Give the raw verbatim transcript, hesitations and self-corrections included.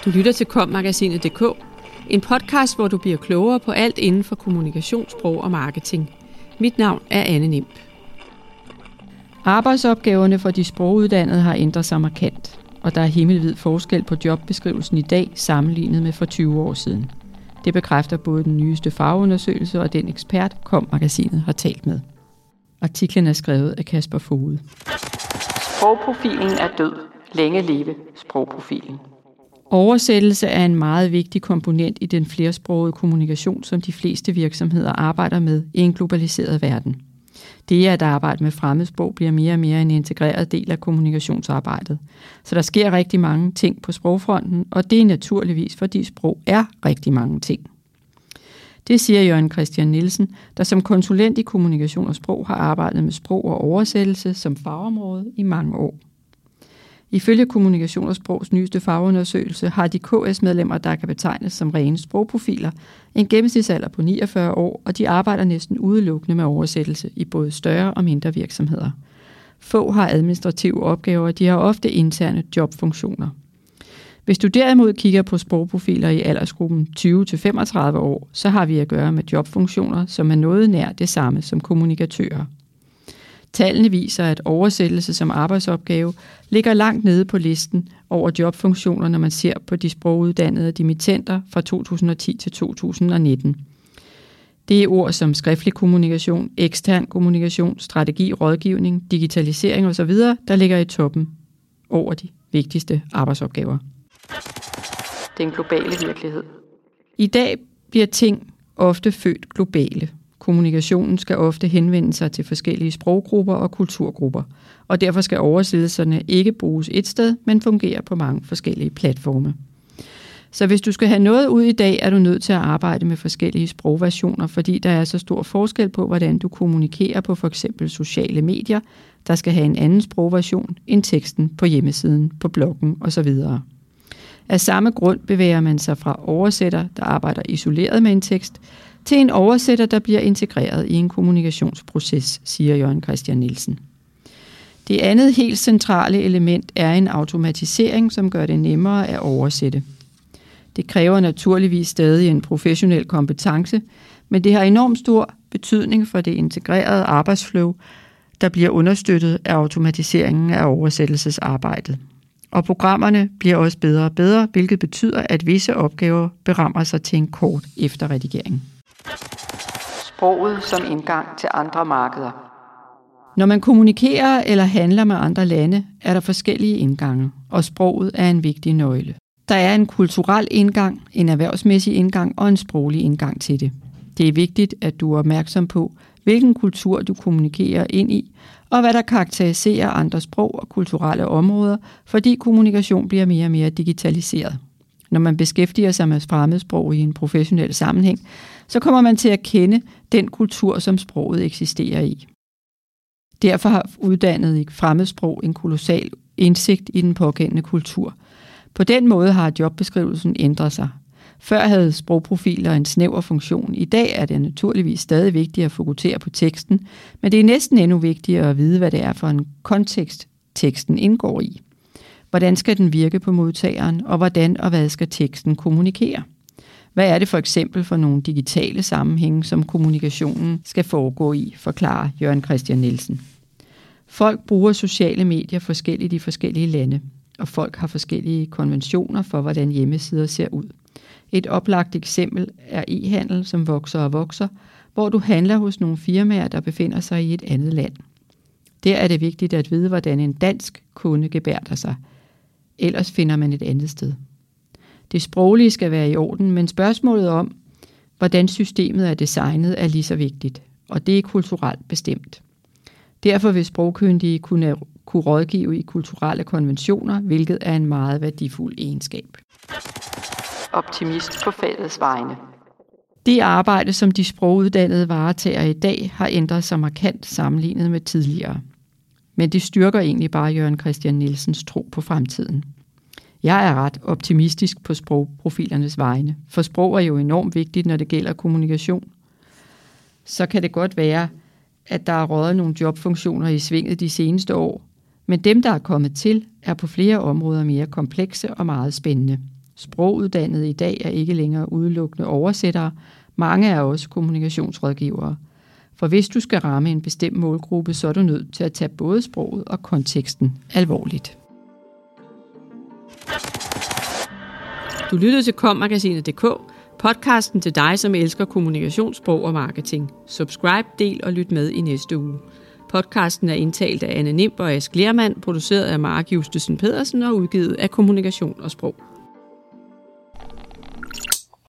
Du lytter til kommagasinet punktum d k, en podcast, hvor du bliver klogere på alt inden for kommunikationssprog og marketing. Mit navn er Anne Nimp. Arbejdsopgaverne for de sproguddannede har ændret sig markant, og der er himmelvid forskel på jobbeskrivelsen i dag sammenlignet med for tyve år siden. Det bekræfter både den nyeste fagundersøgelse og den ekspert, kommagasinet har talt med. Artiklen er skrevet af Kasper Foged. Sprogprofilen er død. Længe leve sprogprofilen. Oversættelse er en meget vigtig komponent i den flersprogede kommunikation, som de fleste virksomheder arbejder med i en globaliseret verden. Det at arbejde med fremmedsprog bliver mere og mere en integreret del af kommunikationsarbejdet. Så der sker rigtig mange ting på sprogfronten, og det er naturligvis, fordi sprog er rigtig mange ting. Det siger Jørgen Christian Nielsen, der som konsulent i kommunikation og sprog har arbejdet med sprog og oversættelse som fagområde i mange år. Ifølge Kommunikation og Sprogs nyeste fagundersøgelse har de K S-medlemmer, der kan betegnes som rene sprogprofiler, en gennemsnitsalder på niogfyrre år, og de arbejder næsten udelukkende med oversættelse i både større og mindre virksomheder. Få har administrative opgaver, de har ofte interne jobfunktioner. Hvis du derimod kigger på sprogprofiler i aldersgruppen tyve til femogtredive år, så har vi at gøre med jobfunktioner, som er noget nær det samme som kommunikatører. Tallene viser, at oversættelse som arbejdsopgave ligger langt nede på listen over jobfunktioner, når man ser på de sproguddannede dimittenter fra to tusind og ti til to tusind og nitten. Det er ord som skriftlig kommunikation, ekstern kommunikation, strategi, rådgivning, digitalisering osv., der ligger i toppen over de vigtigste arbejdsopgaver. Den globale virkelighed. I dag bliver ting ofte født globale. Kommunikationen skal ofte henvende sig til forskellige sproggrupper og kulturgrupper, og derfor skal oversættelserne ikke bruges et sted, men fungere på mange forskellige platforme. Så hvis du skal have noget ud i dag, er du nødt til at arbejde med forskellige sprogversioner, fordi der er så stor forskel på, hvordan du kommunikerer på for eksempel sociale medier, der skal have en anden sprogversion end teksten på hjemmesiden, på bloggen osv. Af samme grund bevæger man sig fra oversætter, der arbejder isoleret med en tekst, til en oversætter, der bliver integreret i en kommunikationsproces, siger Jørgen Christian Nielsen. Det andet helt centrale element er en automatisering, som gør det nemmere at oversætte. Det kræver naturligvis stadig en professionel kompetence, men det har enormt stor betydning for det integrerede arbejdsflow, der bliver understøttet af automatiseringen af oversættelsesarbejdet. Og programmerne bliver også bedre og bedre, hvilket betyder, at visse opgaver berammer sig til en kort efterredigering. Sproget som indgang til andre markeder. Når man kommunikerer eller handler med andre lande, er der forskellige indgange, og sproget er en vigtig nøgle. Der er en kulturel indgang, en erhvervsmæssig indgang og en sproglig indgang til det. Det er vigtigt, at du er opmærksom på, hvilken kultur du kommunikerer ind i, og hvad der karakteriserer andre sprog og kulturelle områder, fordi kommunikation bliver mere og mere digitaliseret. Når man beskæftiger sig med fremmedsprog i en professionel sammenhæng, så kommer man til at kende den kultur, som sproget eksisterer i. Derfor har uddannet i fremmedsprog en kolossal indsigt i den pågældende kultur. På den måde har jobbeskrivelsen ændret sig. Før havde sprogprofiler en snæver funktion. I dag er det naturligvis stadig vigtigt at fokusere på teksten, men det er næsten endnu vigtigere at vide, hvad det er for en kontekst, teksten indgår i. Hvordan skal den virke på modtageren, og hvordan og hvad skal teksten kommunikere? Hvad er det for eksempel for nogle digitale sammenhænge, som kommunikationen skal foregå i, forklarer Jørgen Christian Nielsen. Folk bruger sociale medier forskelligt i forskellige lande, og folk har forskellige konventioner for, hvordan hjemmesider ser ud. Et oplagt eksempel er e-handel, som vokser og vokser, hvor du handler hos nogle firmaer, der befinder sig i et andet land. Der er det vigtigt at vide, hvordan en dansk kunde gebærder sig. Ellers finder man et andet sted. Det sproglige skal være i orden, men spørgsmålet om, hvordan systemet er designet, er lige så vigtigt, og det er kulturelt bestemt. Derfor vil sprogkyndige kunne, kunne rådgive i kulturelle konventioner, hvilket er en meget værdifuld egenskab. Optimist på fagets vegne. Det arbejde, som de sproguddannede varetager i dag, har ændret sig markant sammenlignet med tidligere. Men det styrker egentlig bare Jørgen Christian Nielsens tro på fremtiden. Jeg er ret optimistisk på sprogprofilernes vegne, for sprog er jo enormt vigtigt, når det gælder kommunikation. Så kan det godt være, at der er røget nogle jobfunktioner i svinget de seneste år, men dem, der er kommet til, er på flere områder mere komplekse og meget spændende. Sproguddannede i dag er ikke længere udelukkende oversættere. Mange er også kommunikationsrådgivere. For hvis du skal ramme en bestemt målgruppe, så er du nødt til at tage både sproget og konteksten alvorligt. Du lyttede til kommagasinet punktum d k, podcasten til dig, som elsker kommunikation, sprog og marketing. Subscribe, del og lyt med i næste uge. Podcasten er indtalt af Anne Nimb og Ask Lermand, produceret af Mark Justesen Pedersen og udgivet af Kommunikation og Sprog.